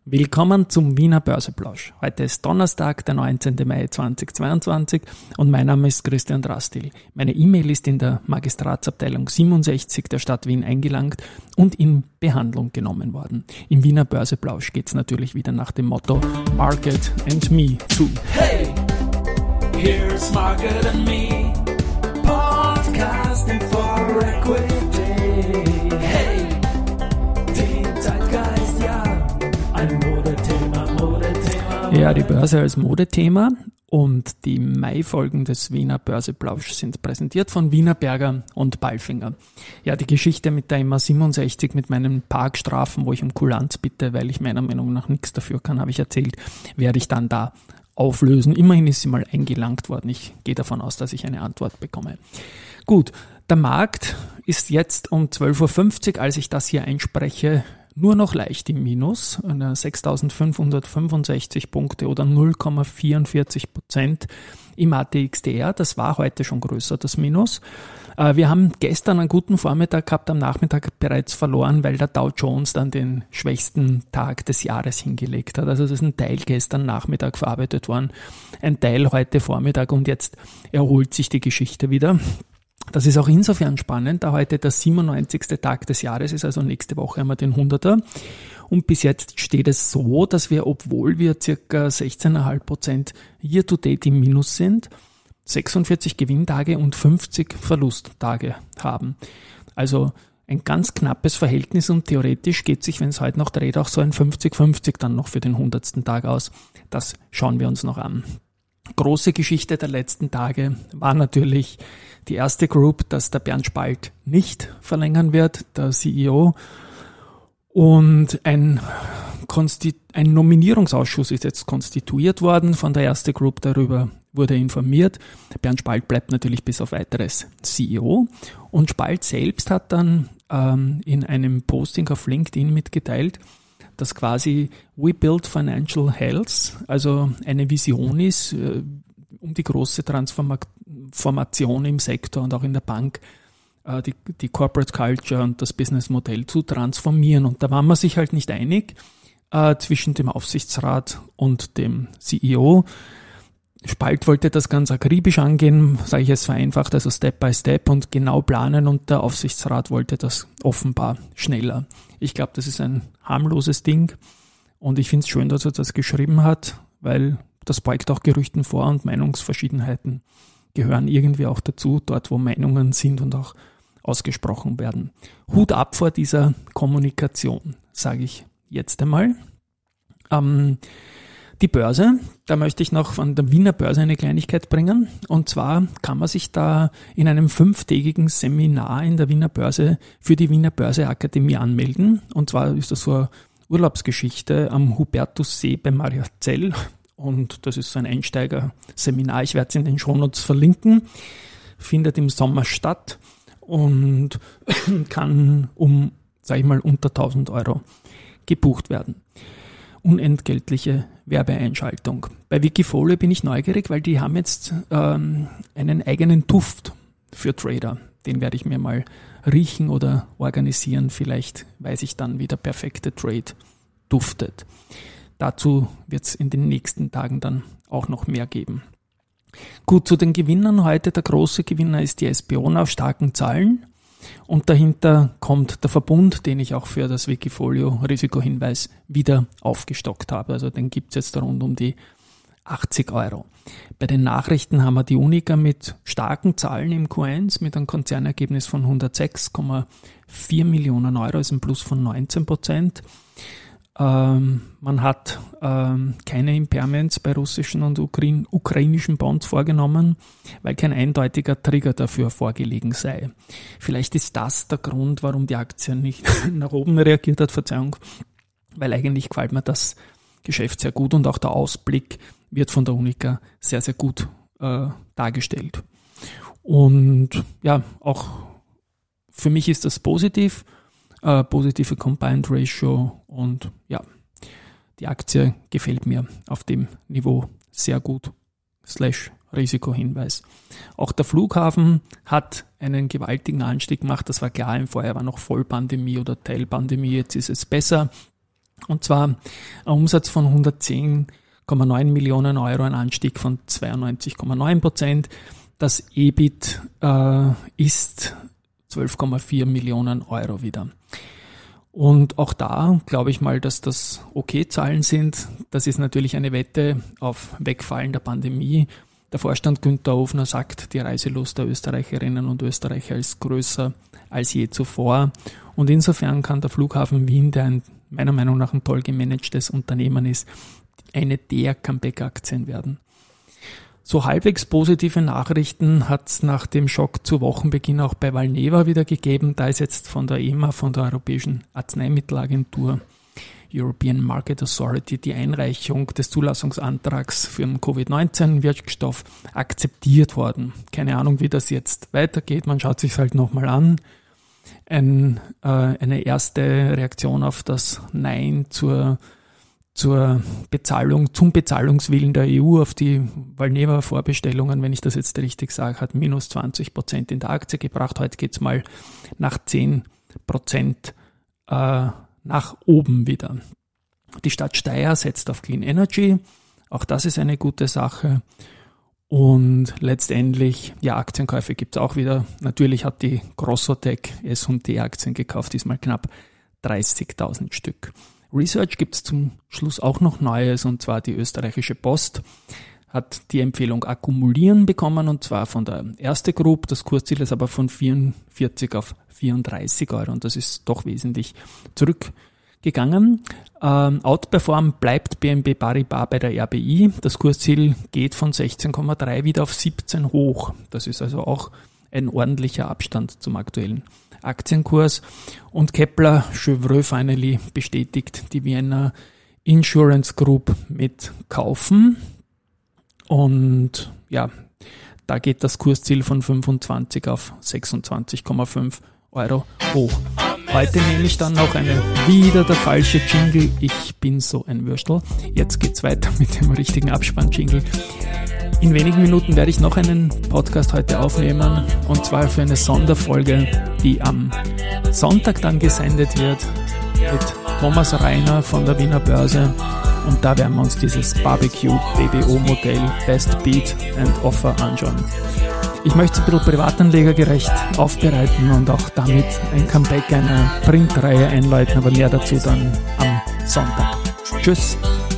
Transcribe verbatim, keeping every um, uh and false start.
Willkommen zum Wiener Börseplausch. Heute ist Donnerstag, der neunzehnten Mai zweitausendzweiundzwanzig und mein Name ist Christian Drastil. Meine E-Mail ist in der Magistratsabteilung siebenundsechzig der Stadt Wien eingelangt und in Behandlung genommen worden. Im Wiener Börseplausch geht es natürlich wieder nach dem Motto Market and Me zu. Hey, here's Market and Me, podcasting for equity. Hey, die Zeitgeist, ja. Ein Modethema, Modethema. Ja, die Börse als Modethema und die Mai-Folgen des Wiener Börseplausch sind präsentiert von Wienerberger und Palfinger. Ja, die Geschichte mit der M A siebenundsechzig, mit meinen Parkstrafen, wo ich um Kulanz bitte, weil ich meiner Meinung nach nichts dafür kann, habe ich erzählt, werde ich dann da auflösen. Immerhin ist sie mal eingelangt worden. Ich gehe davon aus, dass ich eine Antwort bekomme. Gut, der Markt ist jetzt um zwölf Uhr fünfzig, als ich das hier einspreche, nur noch leicht im Minus, sechstausendfünfhundertfünfundsechzig Punkte oder null Komma vierundvierzig Prozent im A T X T R. Das war heute schon größer, das Minus. Wir haben gestern einen guten Vormittag gehabt, am Nachmittag bereits verloren, weil der Dow Jones dann den schwächsten Tag des Jahres hingelegt hat. Also das ist ein Teil gestern Nachmittag verarbeitet worden, ein Teil heute Vormittag und jetzt erholt sich die Geschichte wieder. Das ist auch insofern spannend, da heute der siebenundneunzigste Tag des Jahres ist, also nächste Woche haben wir den hunderter. Und bis jetzt steht es so, dass wir, obwohl wir ca. sechzehn Komma fünf Prozent Year-to-Date im Minus sind, sechsundvierzig Gewinntage und fünfzig Verlusttage haben. Also ein ganz knappes Verhältnis und theoretisch geht sich, wenn es heute noch dreht, auch so ein fünfzig fünfzig dann noch für den hundertsten Tag aus. Das schauen wir uns noch an. Große Geschichte der letzten Tage war natürlich die erste Group, dass der Bernd Spalt nicht verlängern wird, der C E O. Und ein, Konstit- ein Nominierungsausschuss ist jetzt konstituiert worden von der erste Group, darüber wurde informiert. Bernd Spalt bleibt natürlich bis auf weiteres C E O. Und Spalt selbst hat dann ähm, in einem Posting auf LinkedIn mitgeteilt, dass quasi We Build Financial Health, also eine Vision ist, äh, um die große Transformation im Sektor und auch in der Bank, äh, die, die Corporate Culture und das Businessmodell zu transformieren. Und da war man sich halt nicht einig äh, zwischen dem Aufsichtsrat und dem C E O. Spalt wollte das ganz akribisch angehen, sage ich es vereinfacht, also Step by Step und genau planen und der Aufsichtsrat wollte das offenbar schneller. Ich glaube, das ist ein harmloses Ding und ich finde es schön, dass er das geschrieben hat, weil das beugt auch Gerüchten vor und Meinungsverschiedenheiten gehören irgendwie auch dazu, dort wo Meinungen sind und auch ausgesprochen werden. Hut ab vor dieser Kommunikation, sage ich jetzt einmal. Ähm, Die Börse, da möchte ich noch von der Wiener Börse eine Kleinigkeit bringen. Und zwar kann man sich da in einem fünftägigen Seminar in der Wiener Börse für die Wiener Börseakademie anmelden. Und zwar ist das so eine Urlaubsgeschichte am Hubertussee bei Mariazell. Und das ist so ein Einsteiger-Seminar. Ich werde es in den Shownotes verlinken. Findet im Sommer statt und kann um, sage ich mal, unter tausend Euro gebucht werden. Unentgeltliche Werbeeinschaltung. Bei Wikifolio bin ich neugierig, weil die haben jetzt ähm, einen eigenen Duft für Trader. Den werde ich mir mal riechen oder organisieren. Vielleicht weiß ich dann, wie der perfekte Trade duftet. Dazu wird es in den nächsten Tagen dann auch noch mehr geben. Gut, zu den Gewinnern heute. Der große Gewinner ist die Espiona auf starken Zahlen. Und dahinter kommt der Verbund, den ich auch für das Wikifolio Risikohinweis wieder aufgestockt habe. Also den gibt es jetzt rund um die achtzig Euro. Bei den Nachrichten haben wir die Unica mit starken Zahlen im Q eins mit einem Konzernergebnis von hundertsechs Komma vier Millionen Euro, ist ein Plus von neunzehn Prozent. Ähm, man hat ähm, keine Impairments bei russischen und Ukrain- ukrainischen Bonds vorgenommen, weil kein eindeutiger Trigger dafür vorgelegen sei. Vielleicht ist das der Grund, warum die Aktie nicht nach oben reagiert hat, Verzeihung, weil eigentlich gefällt mir das Geschäft sehr gut und auch der Ausblick wird von der Unica sehr, sehr gut äh, dargestellt. Und ja, auch für mich ist das positiv. Uh, positive Combined Ratio und ja, die Aktie gefällt mir auf dem Niveau sehr gut, slash Risikohinweis. Auch der Flughafen hat einen gewaltigen Anstieg gemacht, das war klar, im Vorjahr war noch Vollpandemie oder Teilpandemie, jetzt ist es besser. Und zwar ein Umsatz von hundertzehn Komma neun Millionen Euro, ein Anstieg von zweiundneunzig Komma neun Prozent. Das E B I T äh, ist zwölf Komma vier Millionen Euro wieder. Und auch da glaube ich mal, dass das okay Zahlen sind. Das ist natürlich eine Wette auf Wegfallen der Pandemie. Der Vorstand Günther Ofner sagt, die Reiselust der Österreicherinnen und Österreicher ist größer als je zuvor. Und insofern kann der Flughafen Wien, der ein, meiner Meinung nach ein toll gemanagtes Unternehmen ist, eine der Comeback-Aktien werden. So halbwegs positive Nachrichten hat es nach dem Schock zu Wochenbeginn auch bei Valneva wieder gegeben. Da ist jetzt von der E M A, von der Europäischen Arzneimittelagentur, European Market Authority, die Einreichung des Zulassungsantrags für den Covid neunzehn Wirkstoff akzeptiert worden. Keine Ahnung, wie das jetzt weitergeht. Man schaut sich halt nochmal an. Ein, äh, eine erste Reaktion auf das Nein zur zur Bezahlung, zum Bezahlungswillen der E U auf die Valneva-Vorbestellungen, wenn ich das jetzt richtig sage, hat minus zwanzig Prozent in der Aktie gebracht. Heute geht es mal nach zehn Prozent äh, nach oben wieder. Die Stadt Steyr setzt auf Clean Energy. Auch das ist eine gute Sache. Und letztendlich, ja, Aktienkäufe gibt es auch wieder. Natürlich hat die Grossotec S und T Aktien gekauft, diesmal knapp dreißigtausend Stück. Research gibt es zum Schluss auch noch Neues, und zwar die österreichische Post hat die Empfehlung akkumulieren bekommen, und zwar von der Erste Group. Das Kursziel ist aber von vierundvierzig auf vierunddreißig Euro, und das ist doch wesentlich zurückgegangen. Ähm, Outperform bleibt B N P Paribas bei der R B I. Das Kursziel geht von sechzehn Komma drei wieder auf siebzehn hoch. Das ist also auch ein ordentlicher Abstand zum aktuellen Aktienkurs. Und Kepler Chevreux finally bestätigt die Vienna Insurance Group mit Kaufen. Und ja, da geht das Kursziel von fünfundzwanzig auf sechsundzwanzig Komma fünf Euro hoch. Heute nehme ich dann noch eine, wieder der falsche Jingle. Ich bin so ein Würstel. Jetzt geht's weiter mit dem richtigen Abspann-Jingle. In wenigen Minuten werde ich noch einen Podcast heute aufnehmen, und zwar für eine Sonderfolge, die am Sonntag dann gesendet wird mit Thomas Reiner von der Wiener Börse, und da werden wir uns dieses Barbecue B B O-Modell Best Beat and Offer anschauen. Ich möchte es ein bisschen privatanlegergerecht aufbereiten und auch damit ein Comeback einer Printreihe einläuten, aber mehr dazu dann am Sonntag. Tschüss!